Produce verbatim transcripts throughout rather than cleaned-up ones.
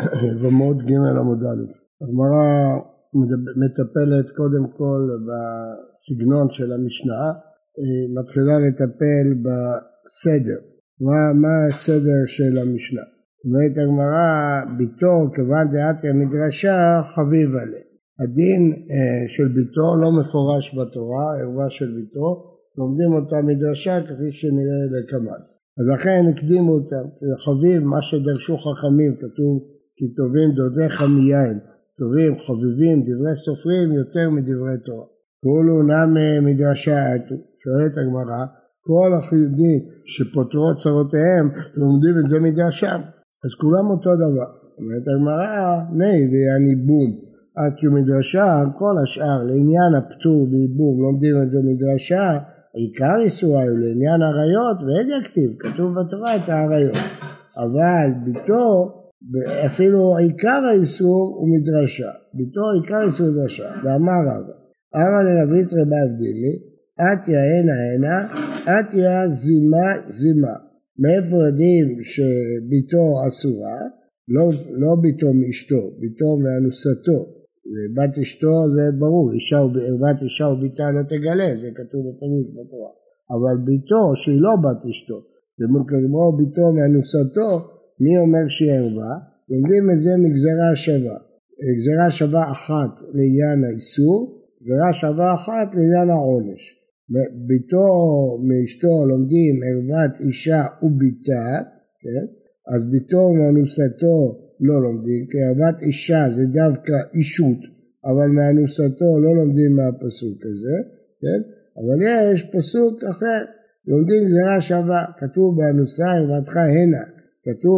ומות ג' עמוד א'. הגמרא מטפלת קודם כל בסגנון של המשנה, מתחילה לטפל בסדר. מה, מה הסדר של המשנה? אומרת הגמרא, ביתו כיוון דאתיה מדרשה חביב עליה. הדין של ביתו לא מפורש בתורה, ערווה של ביתו, לומדים אותה מדרשה כפי שנראה לקמאן. אז לכן הקדימו אותם, חביב מה שדרשו חכמים, כתוב כי טובים דודיך מיין, טובים חביבים דברי סופרים יותר מדברי תורה. כולו נם מדרשה עתו, שואלת הגמרא, כל החיודים שפותרות צרותיהם לומדים את זה מדרשה, אז כולם אותו דבר. אומרת הגמרא, ני ויעני בום, עתו מדרשה, כל השאר לעניין הפטור ביבום לומדים את זה מדרשה, עיקר איסור היו לעניין עריות ואין יכתיב, כתוב בתורה את העריות. אבל ביתו, אפילו עיקר האיסור הוא מדרשה. ביתו עיקר האיסור הוא מדרשה. ואמר רבא, אמר לרבי יצחק בר אבדימי, עתיה הנה הנה, עתיה זימה זימה. מאיפה יודעים שביתו אסורה? לא, לא ביתו מאשתו, ביתו מאנוסתו. בת אשתו זה ברור, אישה ובת אישה וביתה לא תגלה, זה כתוב בפירוש בתורה. אבל ביתו שהיא לא בת אשתו, כמו ביתו מאנוסתו, מי אומר שהיא ערווה? לומדים את זה מגזרה שווה. גזרה שווה אחת לעניין האיסור, גזרה שווה אחת לעניין העונש. ביתו מאשתו לומדים ערוות אישה וביתה, כן? אז ביתו מאנוסתו לא לומדים, כי ערוות אישה זה דווקא אישות, אבל מאנוסתו לא לומדים מהפסוק הזה, כן? אבל יש פסוק אחר, לומדים גזרה שווה, כתוב באנוסה ערוותך הנה, כתוב,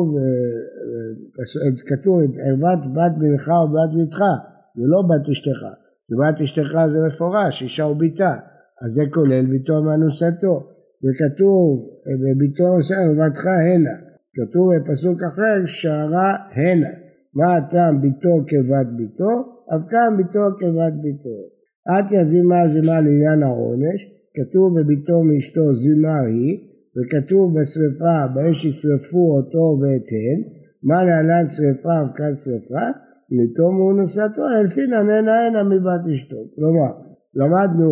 כתוב את ערוות בת בנך או בת ביתך, זה לא בת אשתך, בת אשתך זה מפורש, אישה וביתה, אז זה כולל ביתו מאנוסתו, וכתוב בביתו ערוותך הנה, כתוב בפסוק אחר, שערה הנה, מה הטעם ביתו כבת ביתו, אף כאן ביתו כבת ביתו. עתיה זימה זימה לעניין העונש, כתוב בביתו מאשתו זימה היא, וכתוב בשריפה, באש ישרפו אותו ואת הן, מה להלן שריפה וכאן שריפה, ניתו מאונוסתו, אלפין עננה הנה מבת אשתו. כלומר, למדנו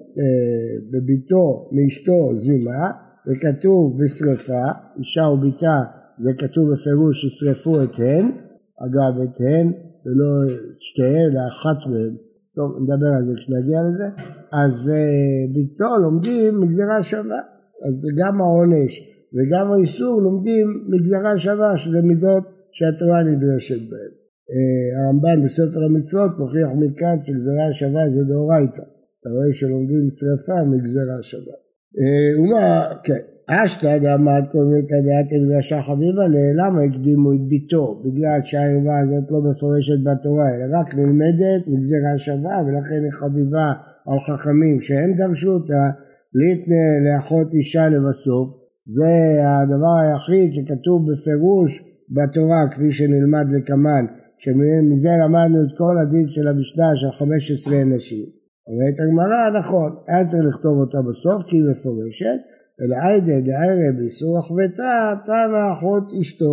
אה, בביתו מאשתו זימה, וכתוב בשריפה, אישה וביתה, וכתוב בפירוש ישרפו את הן, אגב את הן, ולא שתיהן, לאחת מהן, טוב נדבר על זה כשנגיע לזה, אז אה, ביתו לומדים מגזרה שווה, אז גם העונש וגם האיסור לומדים מגזרה שווה, שזה מידות שהתורה נדרשת בהן. אה, הרמב"ן בספר המצוות מוכיח מכאן שגזרה שווה זה דאורייתא, אתה רואה שלומדים שריפה מגזרה שווה. אה, ומה, כן, אשתא דאמרת כל מיני תדעת מדרשה חביבה, למה הקדימו את ביתו? בגלל שהערווה הזאת לא מפורשת בתורה, אלא רק נלמדת מגזרה שווה, ולכן היא חביבה על חכמים שהם דרשו אותה, להתנה לאחות אישה לבסוף, זה הדבר היחיד שכתוב בפירוש בתורה כפי שנלמד לקמן, שמזה למדנו את כל הדין של המשנה של חמש עשרה נשים. אומרת הגמרא, נכון, היה צריך לכתוב אותה בסוף כי היא מפורשת, ולעיידה דערב באיסור החבטה, תנא אחות אשתו.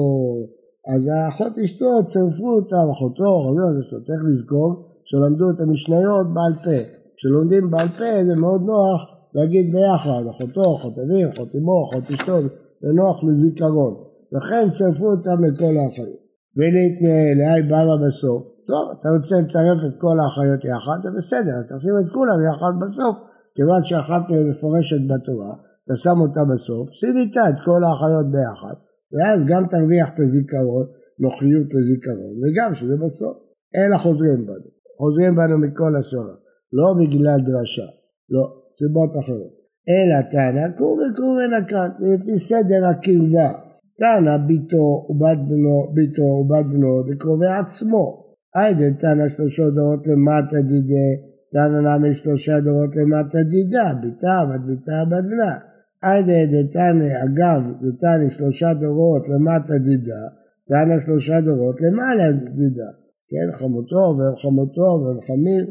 אז האחות אשתו צרפו אותה, אחותו, חבר, צריך לזכור שלמדו את המשניות בעל פה. כשלומדים בעל פה זה מאוד נוח להגיד ביחד, אחותו, אחות אביו, אחות אמו, אחות אשתו, זה נוח לזיכרון. לכן צרפו אותם לכל האחיות. ולהתנהל, להי במה בסוף. טוב, אתה רוצה לצרף את כל האחיות יחד, זה בסדר, אז תשים את כולם יחד בסוף, כיוון שאחת מהן מפורשת בתורה, אתה שם אותה בסוף, שים איתה את כל האחיות ביחד, ואז גם תרוויח את הזיכרון, נוחיות לזיכרון, וגם שזה בסוף. אלא חוזרים בנו, חוזרים בנו מכל הסורה, לא בגלל דרשה, לא, סיבות אחרות. אלא תנא, קורא קורא נקט, לפי סדר הקרבה, תנא ביתו ובת בנו, ביתו ובת בנו, דקרובי עצמו. היידה תנא שלושה דורות למטה דידה, תנא נמי שלושה דורות למטה דידה, ביתה, בת ביתה, בת בנה. היידה דתנא, אגב, דתנא שלושה דורות למטה דידה, תנא שלושה דורות למעלה דידה. כן, חמותו וחמותו וחמיר,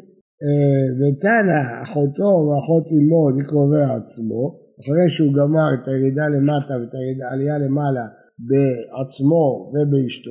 ותנא אחותו ואחות אמו דקרובי עצמו, אחרי שהוא גמר את הירידה למטה ואת העלייה למעלה בעצמו ובאשתו,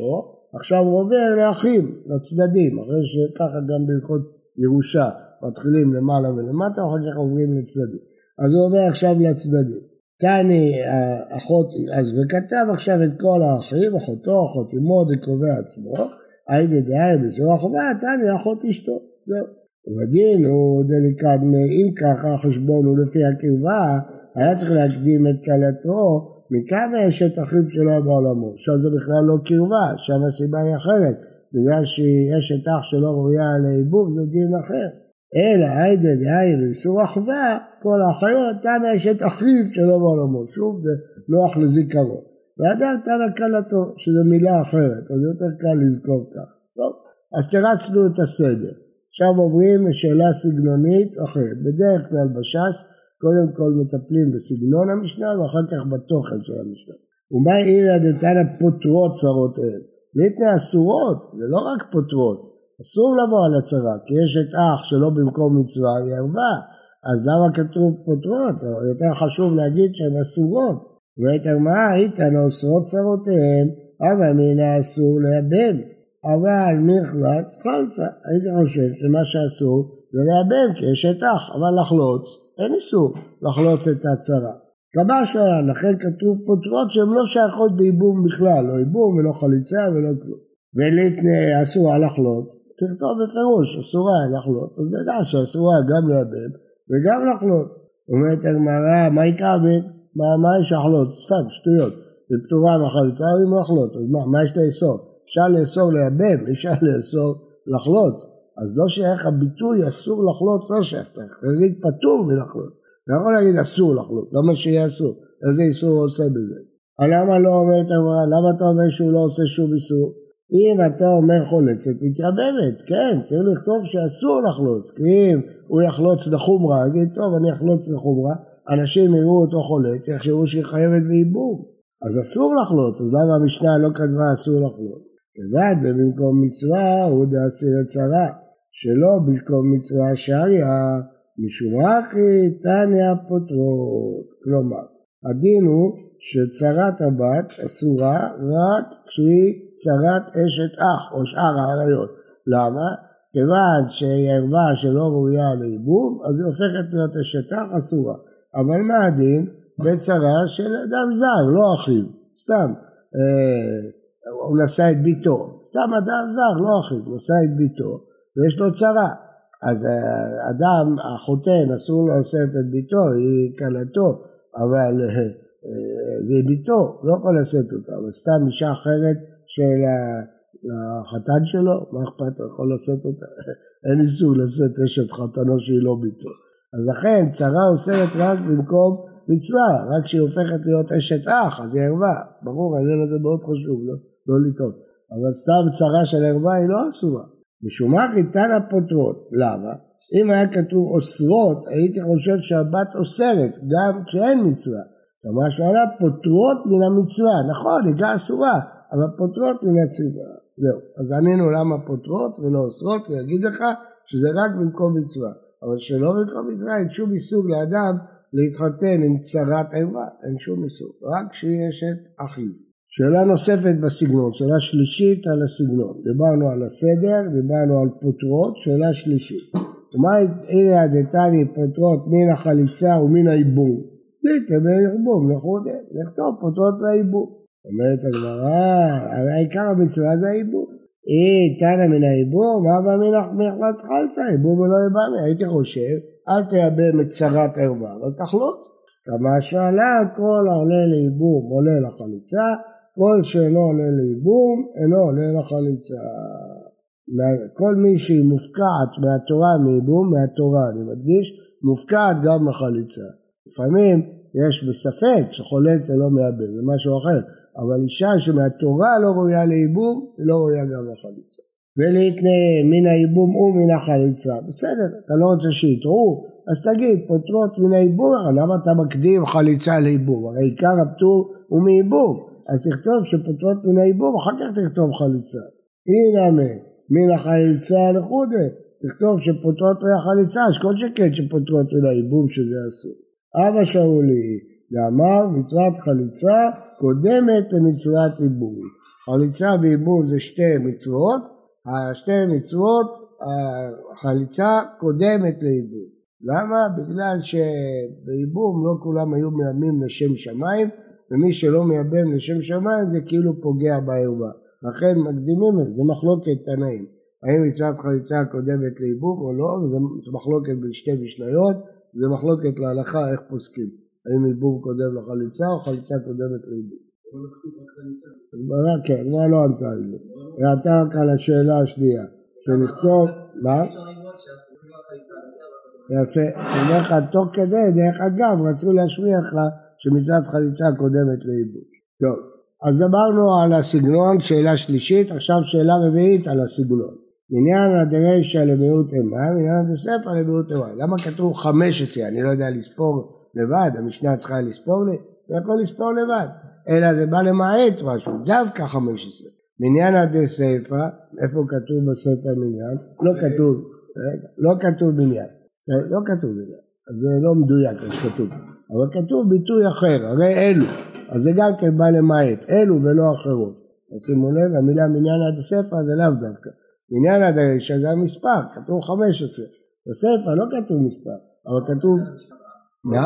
עכשיו הוא עובר לאחים, לצדדים, אחרי שככה גם בהלכות ירושה, מתחילים למעלה ולמטה, אחר כך עוברים לצדדים. אז הוא עובר עכשיו לצדדים. תני האחות, אז וכתב עכשיו את כל האחים, אחותו, אחות אמו, וקובע עצמו, היידי דהי בצורה חובה, תני אחות אשתו, זהו. ובדין הוא דליקד, אם ככה החשבון הוא לפי הקרבה, היה צריך להקדים את קלתו, מכמה יש את אחיו שלו בעולמו. עכשיו זה בכלל לא קרבה, שם הסיבה היא אחרת, בגלל שיש את אח שלו ראויה לעיבוב, זה דין אחר. אלא היידה דהי באיסור אחווה, כל האחיות, תנא יש את אחיו שלו בעולמו. שוב זה נוח לזיכרון. ואדם תנא קלתו, שזו מילה אחרת, אז יותר קל לזכור כך. טוב, אז תרצנו את הסדר. עכשיו עוברים לשאלה סגנונית אחרת. בדרך כלל בש"ס, קודם כל מטפלים בסגנון המשנה, ואחר כך בתוכן של המשנה. ומה עירא דתנא פוטרות צרותיהם? ליתנא אסורות, זה לא רק פוטרות. אסור לבוא על הצרה, כי יש את אח שלא במקום מצווה היא ערווה. אז למה כתוב פוטרות? יותר חשוב להגיד שהן אסורות. ואת הרמאה איתן אוסרות צרותיהם, אבל מן האסור לייבם. אבל מחלץ חלצה. הייתי חושב שמה שאסור זה לייבם, כי יש את אח, אבל לחלוץ, אין איסור לחלוץ את הצרה. כמה שעה, לכן כתוב פוטרות שהן לא שייכות בייבום בכלל, לא ייבום ולא חליצה ולא כלום. וליתנה אסורה לחלוץ, תכתוב בפירוש, אסורה לחלוץ, אז נדע שאסורה גם לייבם וגם לחלוץ. אומרת הגמרא, מה יקרה בין? מה, מה יש לחלוץ? סתם, שטויות. זה פטורה מהחליצה או עם לחלוץ, אז מה, מה יש לאסור? אפשר לאסור לייבם, אפשר לאסור לחלוץ. אז לא שייך הביטוי אסור לחלוץ, לא שייך, אתה להגיד פטור מלחלוץ. אתה יכול להגיד אסור לחלוץ, למה שיהיה אסור? איזה איסור הוא עושה בזה? למה לא אומרת הגמרא? למה אתה אומר שהוא לא עושה שום איסור? אם אתה אומר חולצת, מתייבמת, כן, צריך לכתוב שאסור לחלוץ, כי אם הוא יחלוץ לחומרה, יגיד, טוב, אני אחלוץ לחומרה, אנשים יראו אותו חולץ, יחשבו שהיא חייבת בייבום, אז אסור לחלוץ, אז למה המשנה לא כתבה אסור לחלוץ? כבד, במקום מצווה, הוא דאסיר צרה, שלא במקום מצווה שריה, משום הכי תניא פוטרות, כלומר, הדין הוא, שצרת הבת אסורה רק כשהיא צרת אשת אח או שאר העריות. למה? כיוון שהיא ערווה שלא ראויה לייבום, אז היא הופכת להיות אשת אח אסורה. אבל מה הדין? בצרה של אדם זר, לא אחיו. סתם, אה, הוא נשא את ביתו. סתם אדם זר, לא אחיו, הוא נשא את ביתו ויש לו צרה. אז אדם, החותן, אסור לו לשאת את ביתו, היא קלתו, אבל זה ביתו, לא יכול לשאת אותה, אבל סתם אישה אחרת של החתן שלו, מה אכפת, הוא יכול לשאת אותה? אין איסור לשאת אשת חתנו שהיא לא ביתו. אז לכן צרה אוסרת רק במקום מצווה, רק כשהיא הופכת להיות אשת אח, אז היא ערווה. ברור, העניין הזה מאוד חשוב, לא, לא לטעות. אבל סתם צרה של ערווה היא לא אסורה. משום מה תניא פוטרות. למה? אם היה כתוב אוסרות, הייתי חושב שהבת אוסרת, גם כשאין מצווה. כלומר שעלה פוטרות מן המצווה, נכון, היא גם אסורה, אבל פוטרות מן המצווה. זהו, אז ענינו למה פוטרות ולא אוסרות, ויגיד לך שזה רק במקום מצווה. אבל שלא במקום מצווה, אין שום איסור לאדם להתחתן עם צרת ערווה, אין שום איסור, רק שהיא אשת אחיו. שאלה נוספת בסגנון, שאלה שלישית על הסגנון. דיברנו על הסדר, דיברנו על פוטרות, שאלה שלישית. ומה הנה דתני פוטרות מן החליצה ומן הייבום? ליתם מהייבום, לכודה, לכתוב פוטרות מהייבום. אומרת הגמרא, העיקר המצווה זה הייבום. היא תנא מן הייבום, אבא מן מחלץ חלצה, הייבום ולא יבמי. הייתי חושב, אל תייבם את צרת ערווה, אבל תחלוץ. כמה שאלה, כל העולה לייבום עולה לחליצה, כל שאינו עולה לייבום אינו עולה לחליצה. כל מי שהיא מופקעת מהתורה מייבום, מהתורה אני מדגיש, מופקעת גם מחליצה. לפעמים יש בספק שחולץ זה לא מייבם, זה משהו אחר, אבל אישה שמהתורה לא ראויה לייבום, היא לא ראויה גם לחליצה. ולהתנה מן הייבום ומן החליצה, בסדר, אתה לא רוצה שיתראו, אז תגיד, פוטרות מן הייבום, למה אתה מקדים חליצה לייבום? הרי עיקר הפטור הוא מייבום, אז תכתוב שפוטרות מן הייבום, אחר כך תכתוב חליצה. הנה מן החליצה לחודה, תכתוב שפוטרות מן החליצה, אז כל שקט שפוטרות מן הייבום שזה אסור. אבא שאולי, ואמר מצוות חליצה קודמת למצוות ייבום. חליצה וייבום זה שתי מצוות, השתי מצוות, החליצה קודמת לייבום. למה? בגלל שבייבום לא כולם היו מייבמים לשם שמיים, ומי שלא מייבם לשם שמיים זה כאילו פוגע בערווה. לכן מקדימים את זה, זה מחלוקת תנאים. האם מצוות חליצה קודמת לייבום או לא, זה מחלוקת בין שתי משניות, זה מחלוקת להלכה איך פוסקים. האם ייבום קודם לחליצה או חליצה קודמת לייבום. כן, מה לא ענתה על זה? ראתה רק על השאלה השנייה. שנכתוב, מה? יפה, דרך תוך כדי, דרך אגב, רצו להשמיע לך שמצוות חליצה קודמת לייבום. טוב, אז דיברנו על הסגנון, שאלה שלישית, עכשיו שאלה רביעית על הסגנון. עניין הדרישה למיעוט אימה, עניין הדספר למיעוט אימה. למה כתוב חמש עשרה? אני לא יודע לספור לבד, המשנה צריכה לספור לי, אני יכול לספור לבד. אלא זה בא למעט משהו, דווקא חמש עשרה. מניין הדספר, איפה כתוב בספר מניין? לא כתוב, לא כתוב מניין. לא כתוב מניין, זה לא מדויק מה שכתוב. אבל כתוב ביטוי אחר, הרי אלו. אז זה גם כן בא למעט, אלו ולא אחרות. אז שימו לב, המילה מניין הדספר זה לאו דווקא. מניין הדרישה זה המספר, כתוב חמש עשרה. בספר לא כתוב מספר, אבל כתוב... מה?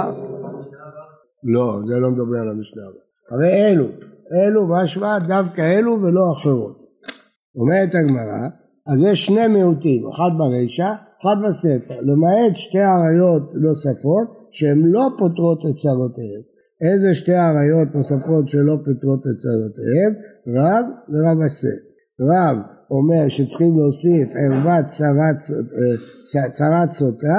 לא, זה לא מדבר על המשנה. הרי אלו, אלו בהשוואה דווקא אלו ולא אחרות. אומרת הגמרא, אז יש שני מיעוטים, אחד ברישה, אחד בספר, למעט שתי עריות נוספות שהן לא פותרות את צרותיהן. איזה שתי עריות נוספות שלא פותרות את צרותיהן? רב ורב עשה. רב אומר שצריכים להוסיף ערוות צרת, צרת סוטה,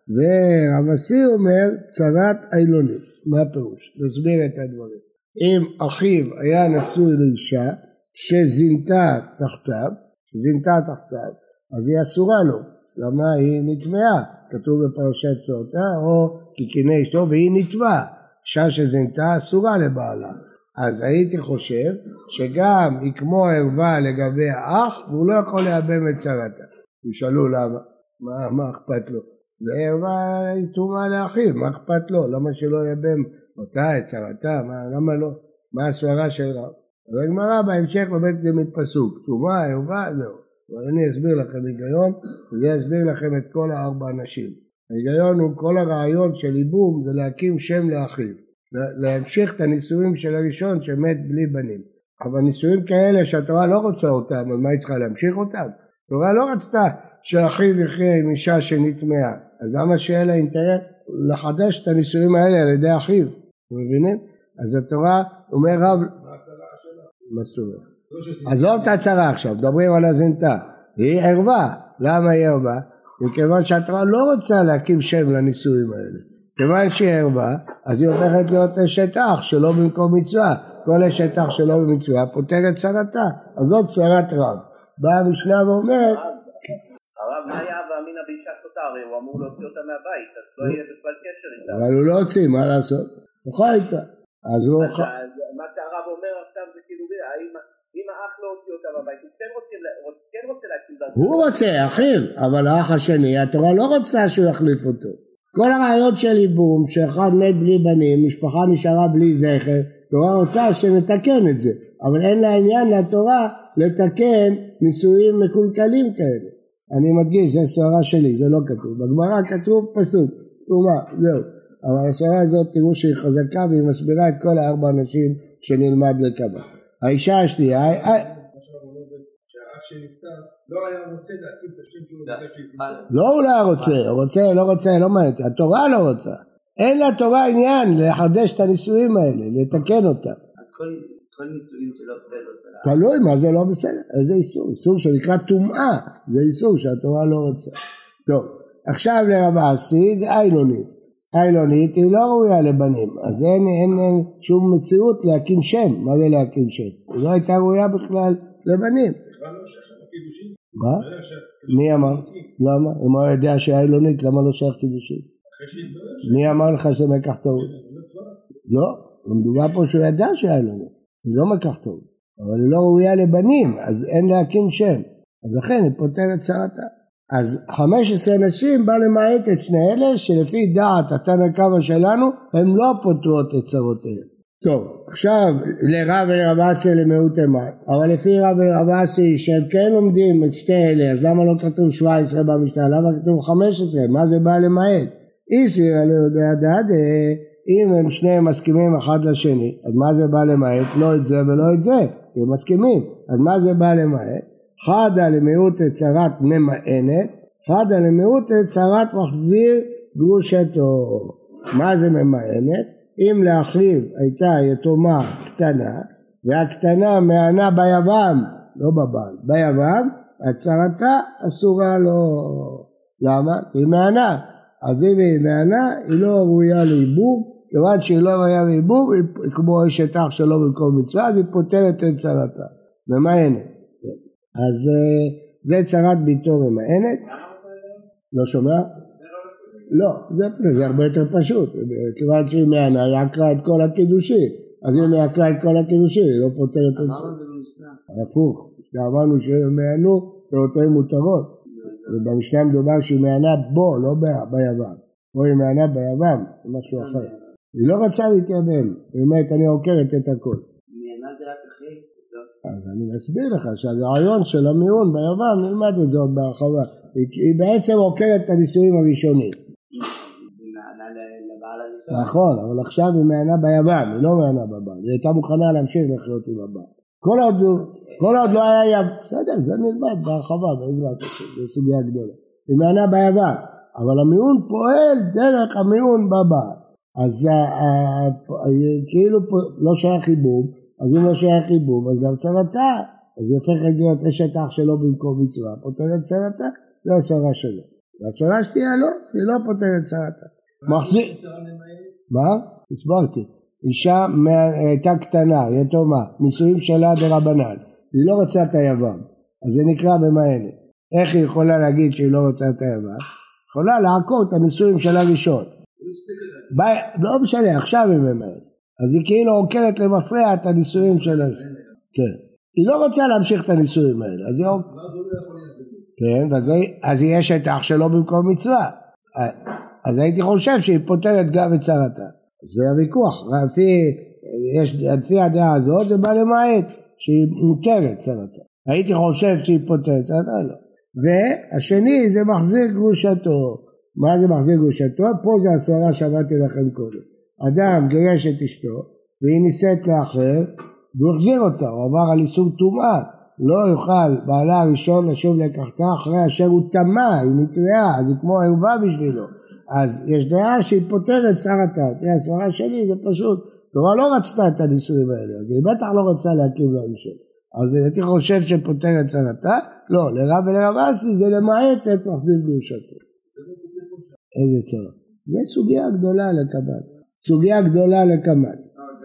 ורב עשה אומר צרת אילונית. מה הפירוש? נסביר את הדברים. אם אחיו היה נשוי לאישה שזינתה תחתיו, זינתה תחתיו, אז היא אסורה לו. למה היא נטמעה? כתוב בפרשת סוטה, או כקיני אשתו, והיא נטמעה. אישה שזינתה אסורה לבעלה. אז הייתי חושב שגם היא כמו ערווה לגבי האח, והוא לא יכול להיבם את צרתה. ישאלו למה, מה, מה אכפת לו? זה ערווה היא תרומה לאחיו, מה אכפת לו? למה שלא יבם אותה, את צרתה? מה, למה לא? מה הסברה של רב? אז הגמרא בהמשך באמת זה מפסוק, תרומה, ערווה, זהו. אבל אני אסביר לכם היגיון, וזה אסביר לכם את כל הארבע אנשים. ההיגיון הוא כל הרעיון של ייבום זה להקים שם לאחיו. להמשיך את הנישואים של הראשון שמת בלי בנים. אבל נישואים כאלה שהתורה לא רוצה אותם, אז מה היא צריכה להמשיך אותם? התורה לא רצתה שאחיו יחיה עם אישה שנטמעה. אז למה שיהיה לה אינטרס לחדש את הנישואים האלה על ידי אחיו? אתם מבינים? אז התורה אומר רב... מה הצרה שלה? מה זאת אומרת? אז לא אותה צרה עכשיו, מדברים על הזינתה. היא ערווה. למה היא ערווה? מכיוון שהתורה לא רוצה להקים שם לנישואים האלה. כיוון שהיא ערווה, אז היא הופכת להיות אשת אח שלא במקום מצווה. כל אשת אח שלא במצווה פותרת צרתה. אז זאת צרת רב. באה המשנה ואומרת... הרב מה היה ואמינא באישה סוטה? הרי הוא אמור להוציא אותה מהבית, אז לא יהיה בכלל קשר איתה. אבל הוא לא הוציא, מה לעשות? הוא חי איתה. אז הוא... מה שהרב אומר עכשיו זה כאילו, אם האח לא הוציא אותה מהבית, הוא כן רוצה להקים דרכו. הוא רוצה, אחיו, אבל האח השני, התורה לא רוצה שהוא יחליף אותו. כל הרעיון של ייבום, שאחד מת בלי בנים, משפחה נשארה בלי זכר, תורה רוצה שנתקן את זה, אבל אין לה עניין לתורה לתקן נישואים מקולקלים כאלה. אני מדגיש, זה סערה שלי, זה לא כתוב. בגמרא כתוב פסוק, תרומה, זהו. אבל הסערה הזאת תראו שהיא חזקה והיא מסבירה את כל הארבע אנשים שנלמד לקבע. האישה השנייה... לא היה רוצה להקים את השם שלו בגלל שהיא... לא הוא לא רוצה, הוא רוצה, לא רוצה, לא מעניין, התורה לא רוצה. אין לתורה עניין לחדש את הנישואים האלה, לתקן אותם. אז כל נישואים שלא בסדר שלה... תלוי מה זה לא בסדר, איזה איסור? איסור שנקרא טומאה, זה איסור שהתורה לא רוצה. טוב, עכשיו לרב עשי זה איילונית. איילונית היא לא ראויה לבנים, אז אין, אין, אין שום מציאות להקים שם. מה זה להקים שם? היא לא הייתה ראויה בכלל לבנים. מה? מי אמר? למה? אם הוא יודע שהיא איילונית, למה לא שייך קידושין? מי אמר לך שזה מקח טעות? לא, מדובר פה שהוא ידע שהיא איילונית, היא לא מקח טעות, אבל היא לא ראויה לבנים, אז אין להקים שם, אז לכן היא פותרת צרתה. אז חמש עשרה נשים בא למעט את שני אלה, שלפי דעת התנא קמא שלנו, הם לא פותרות את צרותיהם. טוב, עכשיו לרב ולרב אסי למיעוט אימה, אבל לפי רב ולרב אסי שהם כן לומדים את שתי אלה, אז למה לא כתוב שבע עשרה במשנה, למה כתוב חמש עשרה, מה זה בא למעט? איסיר על יודע דעת, אם הם שניהם מסכימים אחד לשני, אז מה זה בא למעט? לא את זה ולא את זה, הם מסכימים, אז מה זה בא למעט? חדה למיעוט צרת ממאנת, חדה למיעוט צרת מחזיר גרושתו. מה זה ממאנת? אם להחליף הייתה יתומה קטנה, והקטנה מענה ביבם, לא בבעל, ביבם, הצרתה אסורה לו. למה? היא מענה. אז אם היא מענה, היא לא ראויה לעיבוב, כיוון שהיא לא ראויה לעיבוב, היא כמו אשת אח שלא במקום מצווה, אז היא פותרת את צרתה. ממאנת. אז זה צרת ביתו ממאנת. לא שומע? לא, זה, זה הרבה יותר פשוט, כיוון שהיא מענה, היא עקרה את כל הקידושי, אז אם היא עקרה את כל הקידושי, היא לא פותרת את זה. הפוך, אמרנו שהם מענו, פירותיהם מותרות, ובמשנה מדובר שהיא מענה בו, לא ביבם, או היא מענה ביבם, זה משהו אחר. היא לא רצה להתייבם, היא אומרת, אני עוקרת את הכל. מענה זה רק אחרי? אז אני מסביר לך שהרעיון של המיעון ביבם, נלמד את זה עוד בהרחבה, היא בעצם עוקרת את הנישואים הראשונים. נכון, אבל עכשיו היא מענה ביבם, היא לא מענה בבעל, היא הייתה מוכנה להמשיך לחיות עם הבעל. כל עוד, כל עוד לא היה יב, בסדר, זה נלמד בהרחבה, בעזרת השם, זו סוגיה גדולה. היא מענה ביבם, אבל המיעון פועל דרך המיעון בבעל. אז כאילו לא שייך חיבוב, אז אם לא שייך חיבוב, אז גם צרתה, אז היא הופכת להיות אשת אח שלו במקום מצווה, פותרת צרתה, זה הסברה שלו. והסברה שתהיה לא, היא לא פותרת צרתה. מחזיר, מה? הסברתי, אישה הייתה קטנה, יתומה, נישואים שלה דרבנן, היא לא רוצה את היבם, אז זה נקרא ממאנת. איך היא יכולה להגיד שהיא לא רוצה את היבם? יכולה לעקור את הנישואים שלה ראשון. לא משנה, עכשיו היא ממאנת. אז היא כאילו עוקרת למפרע את הנישואים שלה. כן. היא לא רוצה להמשיך את הנישואים האלה, אז היא עוקרת. כן, אז היא יש את אח שלו במקום מצווה. אז הייתי חושב שהיא פותרת גם את צרתה. זה הוויכוח. לפי הדעה הזאת זה בא למעט שהיא מותרת צרתה. הייתי חושב שהיא פותרת צרתה, לא. והשני זה מחזיר גרושתו. מה זה מחזיר גרושתו? פה זה הסברה שאמרתי לכם קודם. אדם גירש את אשתו והיא נישאת לאחר והוא החזיר אותה. הוא עבר על איסור טומאה. לא יוכל בעלה הראשון לשוב לקחתה אחרי אשר הוא טמא, היא נטמאה, זה כמו ערווה בשבילו. אז יש דעה שהיא פותרת צרתה. תראה, הסברה שלי זה פשוט, כלומר לא רצתה את הנישואים האלה, אז היא בטח לא רוצה להקים להמשך. אז הייתי חושב שפותרת צרתה, לא, לרב ולרב אסי זה למעט את מחזיר גרושתו. איזה צרה. זה סוגיה גדולה לקבל. סוגיה גדולה לקבל.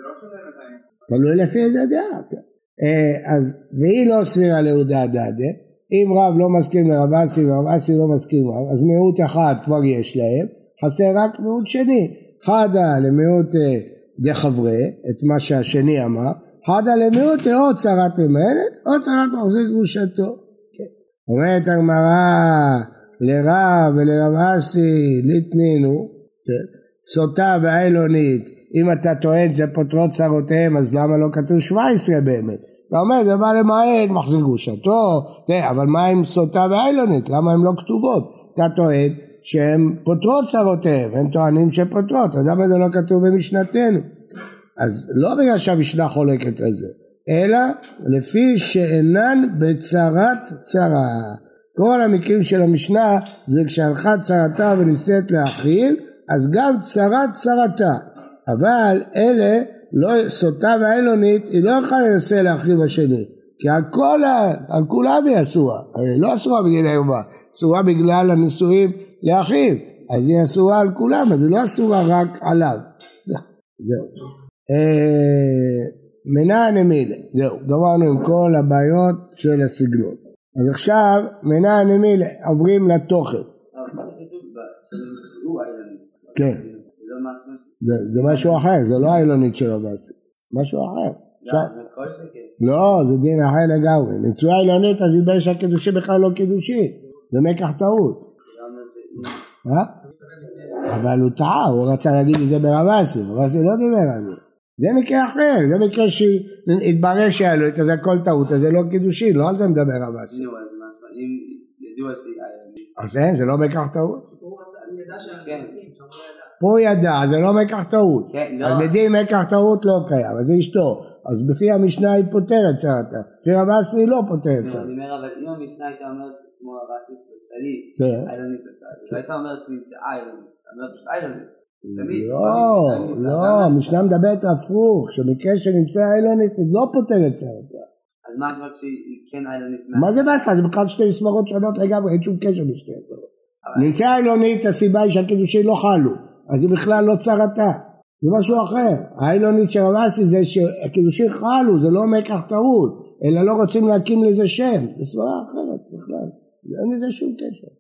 תלוי לפי איזה דעה. אז, והיא לא סבירה להודעה דדה, אם רב לא מסכים לרב אסי ורב אסי לא מסכים רב, אז מיעוט אחד כבר יש להם, חסר רק מיעוט שני, חדה למיעוט דחברי, את מה שהשני אמר, חדה למיעוט או צרת ממאנת, או צרת מחזיר גרושתו. אומרת הגמרא לרב ולרב אסי ליתנינו, סוטה ואילונית, אם אתה טוען זה פותרות צרותיהם, אז למה לא כתוב שבע עשרה באמת? אתה אומר, זה בא למעט, מחזיר גרושתו, אבל מה עם סוטה ואילונית? למה הן לא כתובות? אתה טוען שהן פותרות צרותיהם, הם טוענים שהן פותרות, אז למה זה לא כתוב במשנתנו? אז לא בגלל שהמשנה חולקת על זה, אלא לפי שאינן בצרת צרה. כל המקרים של המשנה זה כשהלכה צרתה ונישאת לאחיו, אז גם צרת צרתה. אבל אלה, לא, סוטה ואילונית, היא לא יכולה לנסה לאחיו השני, כי הכל, על כולם היא אסורה, לא אסורה בגלל היומה, אסורה בגלל הנישואים לאחיו, אז היא אסורה על כולם, אז היא לא אסורה רק עליו. זהו. מנע נמילה, זהו, גמרנו עם כל הבעיות של הסגנון. אז עכשיו, מנע נמילה, עוברים לתוכן. כן. זה, זה משהו אחר, זה לא האילונית של רב אסי, משהו אחר. לא, זה דין אחר לגמרי. ניצויה אילונית, אז ידבר שהקידושי בכלל לא קידושי, זה מקח טעות. אבל הוא טעה, הוא רצה להגיד את זה ברב אסי, רב אסי לא דיבר על זה. זה מקרה אחר, זה מקרה שהתברר שהיה לו את זה הכל טעות, אז זה לא קידושין, לא על זה מדבר רבסי. אם ידעו על זה, אז אין, זה לא מקח טעות. פה הוא ידע, זה לא מקח טעות. אז בדין מקח טעות לא קיים, אז זה אשתו. אז בפי המשנה היא פותרת צרתה, לפי רבסי היא לא פותרת צרתה. אני אומר, אבל אם המשנה הייתה אומרת כמו רבסי ספציאלי, איילונית עשה, והייתה אומרת שנמצאה איילונית, אתה אומרת איילונית. לא, לא, המשנה מדברת הפוך, שמקרה שנמצא איילונית לא פותרת צרתה. אז מה זה רק שהיא כן איילונית? מה זה בכלל? זה בכלל שתי סברות שונות לגמרי, אין שום קשר בשתי הסברות. נמצא איילונית, הסיבה היא שהקידושין לא חלו, אז היא בכלל לא צרתה, זה משהו אחר. האיילונית של רבסי זה שהקידושין חלו, זה לא מקח טעות, אלא לא רוצים להקים לזה שם, זה סברה אחרת בכלל, אין לזה שום קשר.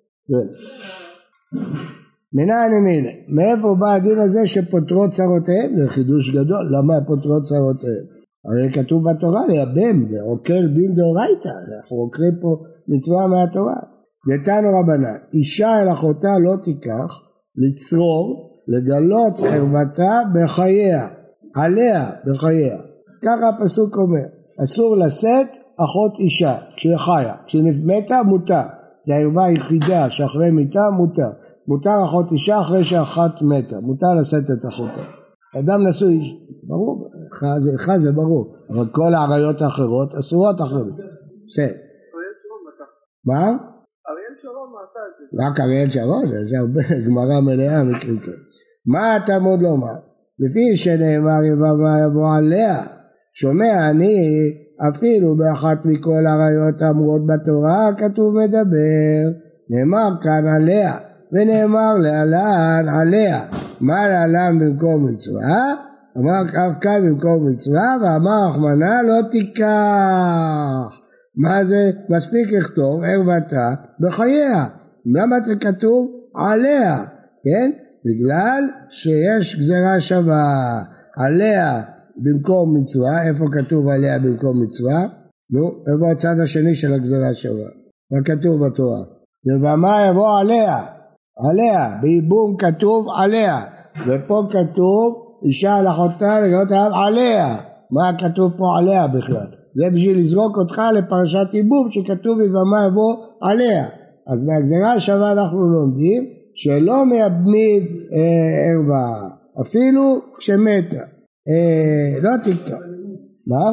מנין מילה, מאיפה בא הדין הזה שפותרות צרותיהם? זה חידוש גדול, למה פותרות צרותיהם? הרי כתוב בתורה לייבם, זה עוקר דין דאורייתא, אנחנו עוקרים פה מצווה מהתורה. דתנו רבנן, אישה אל אחותה לא תיקח, לצרור, לגלות ערוותה בחייה, עליה בחייה. ככה הפסוק אומר, אסור לשאת אחות אישה, כשהיא חיה, כשהיא מתה מותר, זה הערווה היחידה שאחרי מיתה מותר, מותר אחות אישה אחרי שאחת מתה, מותר לשאת את אחותה. אדם נשוי, ברור, לך זה ברור, אבל כל העריות האחרות אסורות אחרי מיתה. בסדר. מה? אריאל שרון עשה את זה. רק אריאל שרון, זה הרבה גמרא מלאה מקרים כאלה. מה אתה עוד לומר? לפי שנאמר יבמה יבוא עליה, שומע אני אפילו באחת מכל העריות האמורות בתורה כתוב מדבר, נאמר כאן עליה, ונאמר להלן עליה, מה להלן במקום מצווה? אמר אף כאן במקום מצווה, ואמר רחמנא לא תיקח. מה זה? מספיק לכתוב ערוותה בחייה. למה זה כתוב עליה? כן? בגלל שיש גזרה שווה עליה במקום מצווה. איפה כתוב עליה במקום מצווה? נו, איפה הצד השני של הגזרה שווה? מה כתוב בתורה? ומה יבוא עליה? עליה, בייבום כתוב עליה, ופה כתוב אישה על אחותה לגלות עליה. מה כתוב פה עליה בכלל? זה בשביל לזרוק אותך לפרשת ייבום שכתוב ובמה יבוא עליה. אז מהגזרה השווה אנחנו לומדים שלא מייבמים אה, ערווה, אפילו כשמתה. אה, לא תקרא. מה?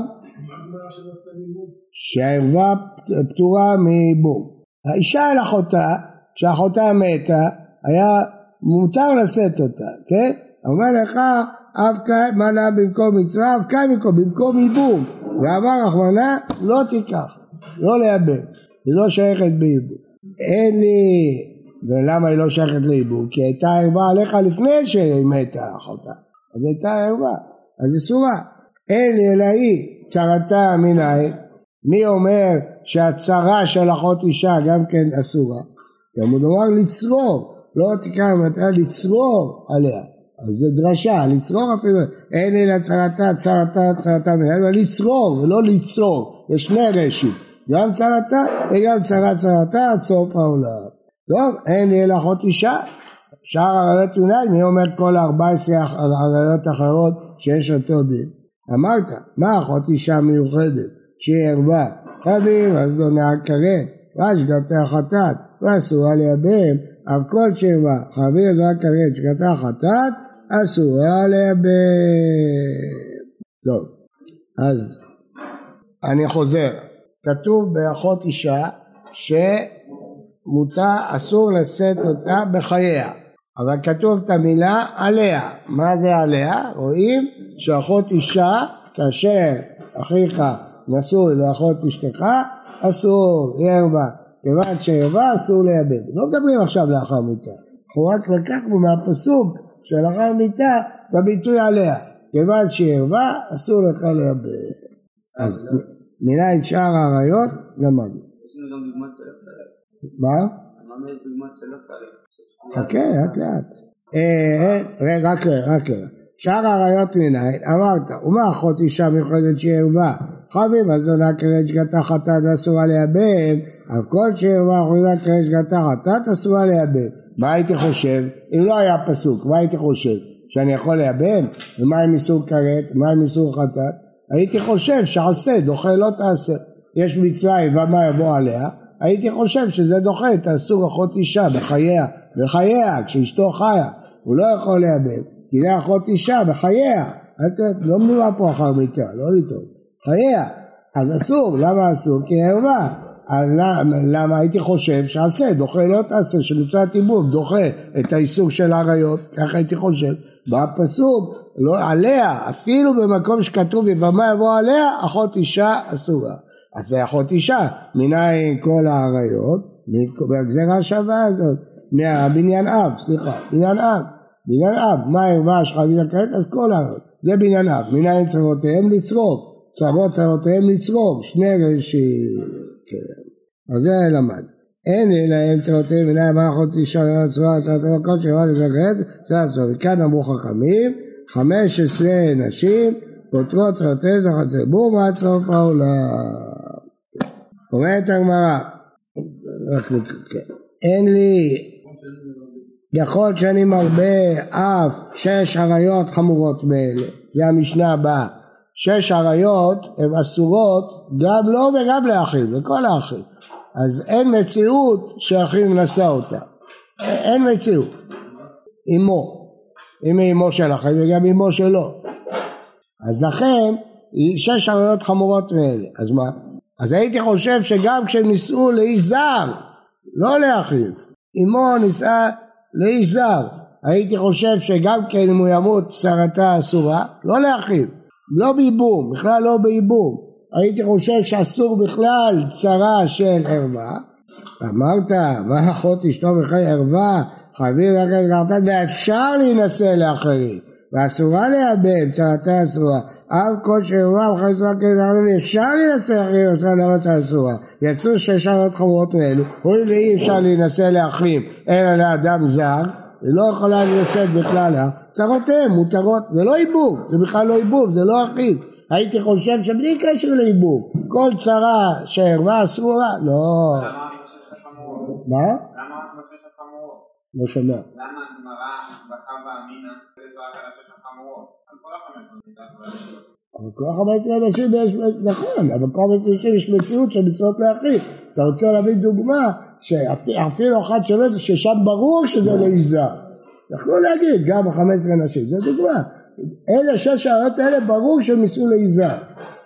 שהערווה פטורה מייבום. האישה על אחותה, כשאחותה מתה, היה מותר לשאת אותה, כן? אומר לך, אף כאן מנה במקום מצווה, אף כאן במקום, במקום ייבום. ואמר רחמנא לא תיקח, לא לייבם, היא לא שייכת בייבום. אין לי, ולמה היא לא שייכת לייבום? כי הייתה ערווה עליך לפני שהיא מתה אחותה, אז הייתה ערווה, אז אסורה. אין לי אלא היא, צרתה מנין, מי אומר שהצרה של אחות אישה גם כן אסורה? תלמוד אומר לצרור, לא תקרא למטרה לצרור עליה. אז זה דרשה, לצרור אפילו, אין לי לצרתה, צרתה, צרתה מנהל, אבל לצרור ולא ליצור, יש שני רשים, גם צרתה וגם צרה צרתה עד סוף העולם. טוב, אין לי לאחות אישה, שאר הרעיות מנהל, מי אומר כל ארבע עשרה הרעיות אחרות שיש אותו דין? אמרת, מה אחות אישה מיוחדת, שהיא ערווה, חביב, אז לא נעקרת, והשגתה חטאת, ואסורה לייבם, אף כל שערווה, חביב, אז לא נעקרת, שגתה חטאת, אסורה לייבם. טוב, אז אני חוזר, כתוב באחות אישה שמותר, אסור לשאת אותה בחייה, אבל כתוב את המילה עליה. מה זה עליה? רואים שאחות אישה, כאשר אחיך נשוי לאחות אשתך, אסור, היא ערווה, כיוון שערווה אסור לייבם. לא מדברים עכשיו לאחר מיתה, אנחנו רק לקחנו מהפסוק של אחר מיתה בביטוי עליה, כיוון שערווה אסור לך לייבם. אז מנין שאר העריות למדנו. יש לנו גם דוגמאות של הפרק. מה? אמרנו יש דוגמאות של הפרק. חכה, לאט לאט. רגע, רק רגע, רק רגע. שאר העריות מנין, אמרת, ומה אחות אישה מיוחדת שהיא ערווה? חביב, אז לא נעקרת שגתה חטאת ואסורה לייבם, אף כל שערווה אחותה נעקרת שגתה חטאת אסורה לייבם. מה הייתי חושב? אם לא היה פסוק, מה הייתי חושב? שאני יכול לייבם? ומה עם איסור כרת? מה עם איסור חטאת? הייתי חושב שעשה, דוחה לא תעשה. יש מצווה ומה יבוא עליה, הייתי חושב שזה דוחה את האסור אחות אישה בחייה, בחייה, כשאשתו חיה, הוא לא יכול לייבם, כי זה אחות אישה בחייה, לא מדובר פה אחר מיתה, לא לטעות, חייה, אז אסור, למה אסור? כי ערווה, אז למה, למה הייתי חושב שעשה, דוחה לא תעשה, שמצוות ייבום דוחה את האיסור של העריות, ככה הייתי חושב, בפסוק, לא עליה, אפילו במקום שכתוב ובמה יבוא עליה, אחות אישה אסורה. אז זה אחות אישה, מנין כל העריות, מהגזרה השווה הזאת, מהבניין אב, סליחה, בניין אב, בניין אב, מה הרווה שחייבים לכרת? אז כל העריות, זה בניין אב, מנין צרותיהם לצרוק, צרות צרותיהם לצרוק, שני ראשי, כן, אז זה למד. אין להם צרותיהם, מנין מה אחות אישה, צרות, צרות, צרות, שבעת לכרת, צרות, צרות, וכאן אמרו חכמים, חמש עשרה נשים, פותרות צרותיהם זכת ציבור, מה צרוף העולם? אומרת הגמרא, אין לי, יכול שאני מרבה אף שש עריות חמורות מאלה, זה המשנה הבאה, שש עריות הן אסורות גם לו וגם לאחיו, לכל האחים, אז אין מציאות שאחיו נשא אותה, אין מציאות, אמו, אם היא אמו של אחיו וגם אמו שלו, אז לכן שש עריות חמורות מאלה, אז מה? אז הייתי חושב שגם כשהם נישאו לאיש זר, לא לאחיו, אמו נישאה לאיש זר, הייתי חושב שגם כן אם הוא ימות צרתה אסורה, לא לאחיו, לא בייבום, בכלל לא בייבום, הייתי חושב שאסור בכלל צרה של ערווה, אמרת, מה אחות אשתו בכלל ערווה, חייבים לקחת קרתן, ואפשר להינשא לאחרים, ואסורה לייבם, צרתה אסורה, אב כל שערווה וחסרה כזה, אפשר להינשא לאחרים, אפשר לראות אסורה, יצאו שש עריות חמורות מאלו, רואים לי אי אפשר להינשא לאחים, אלא לאדם זר, ולא יכולה להינשא בכלל, צרותיהם מותרות, זה לא ייבום, זה בכלל לא ייבום, זה לא אחים, הייתי חושב שבלי קשר לייבום, כל צרה שערווה אסורה, לא. מה? למה רק בשש החמורות? לא שומע. למה הגמרא בחווה אמינה וזרק על השש החמורות? על כל החמש עשרה. אבל כל החמש עשרה אנשים יש, נכון, אבל כל החמש עשרה אנשים יש מציאות של משרות לאחים. אתה רוצה להביא דוגמה שאפילו אחת שלו זה ששם ברור שזה לאישה. יכלו להגיד גם חמש עשרה אנשים, זה דוגמה. אלה שש הערות האלה ברור שהם ניסו לאישה.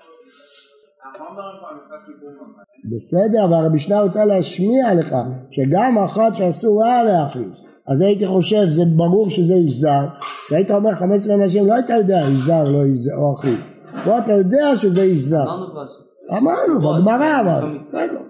בסדר, אבל המשנה רוצה להשמיע לך שגם אחת שאסורה לאחיו, אז הייתי חושב זה ברור שזה איש זר, והיית אומר חמש עשרה אנשים לא היית יודע איש זר לא איש זר או אחיו, פה אתה יודע שזה איש זר, אמרנו בגמרא, אמרנו בסדר,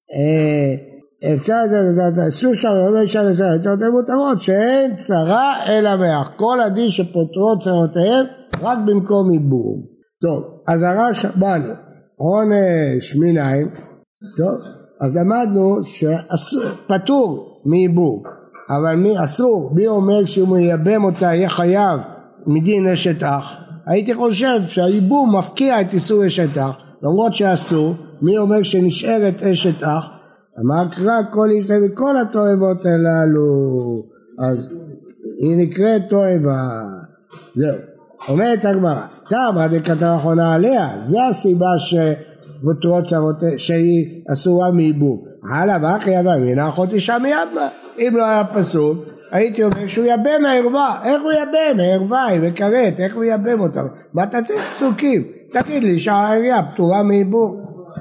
אפשר לדעת סוש הרבה אפשר לזה צרותיהם מותרות שאין צרה אלא מאח, כל הדין שפותרות צרותיהם רק במקום ייבום. טוב, אז הרש באנו עונש מיניים, טוב, אז למדנו שפטור מייבום, אבל מי אסור, מי אומר שאם הוא ייבם אותה יהיה חייב מדין אשת אח, הייתי חושב שהייבום מפקיע את איסור אשת אח, למרות שאסור, מי אומר שנשארת אשת אח, אמר קרא כל איש וכל התועבות הללו, אז היא נקראת תועבה, זהו, אומרת הגמרא, תמה דקתר האחרונה עליה, זה הסיבה שפוטרות צרותיה, שהיא אסורה מייבום, הלאה ואחי אבל מינה אחות אישה מייבמה, אם לא היה פסול, הייתי אומר שהוא יבם הערווה, איך הוא יבם? הערווה היא וכרת, איך הוא יבם אותה? מה אתה צריך פסוקים? תגיד לי שהערווה פטורה מייבום.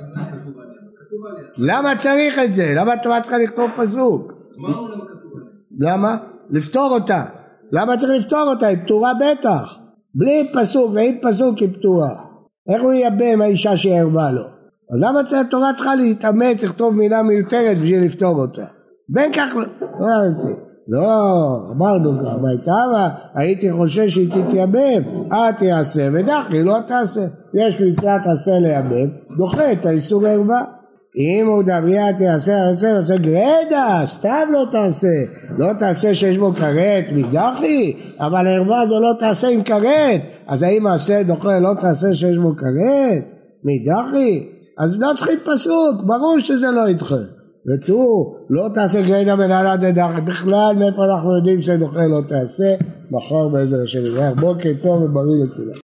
למה צריך את זה? למה התורה צריכה לכתוב פסוק? למה? לפתור אותה. למה צריך לפתור אותה? היא פטורה בטח. בלי פסוק, ואין פסוק היא פטורה. איך הוא יבם האישה שערווה לו? אז למה התורה צריכה להתאמץ, לכתוב מילה מיותרת בשביל לפתור אותה? בין כך לא, לא הייתי. לא, אמרנו כבר, בהתאמה, הייתי חושב שהיא תתייבם, את תעשה, ודחי לא תעשה. יש מצוות תעשה לייבם, דוחה את האיסור ערווה. אם הוא דבריה תעשה, רוצה, רוצה גרדה, סתם לא תעשה. לא תעשה שיש בו כרת מדחי, אבל ערווה זה לא תעשה עם כרת. אז האם מעשה דוחה לא תעשה שיש בו כרת מדחי? אז לא צריכים פסוק, ברור שזה לא ידחה. ותראו, לא תעשה גרידא מנהלת דדחי, בכלל מאיפה אנחנו יודעים שדוחה לא תעשה, מחר בעזר השם יתברך. בוקר טוב ובריא לכולם.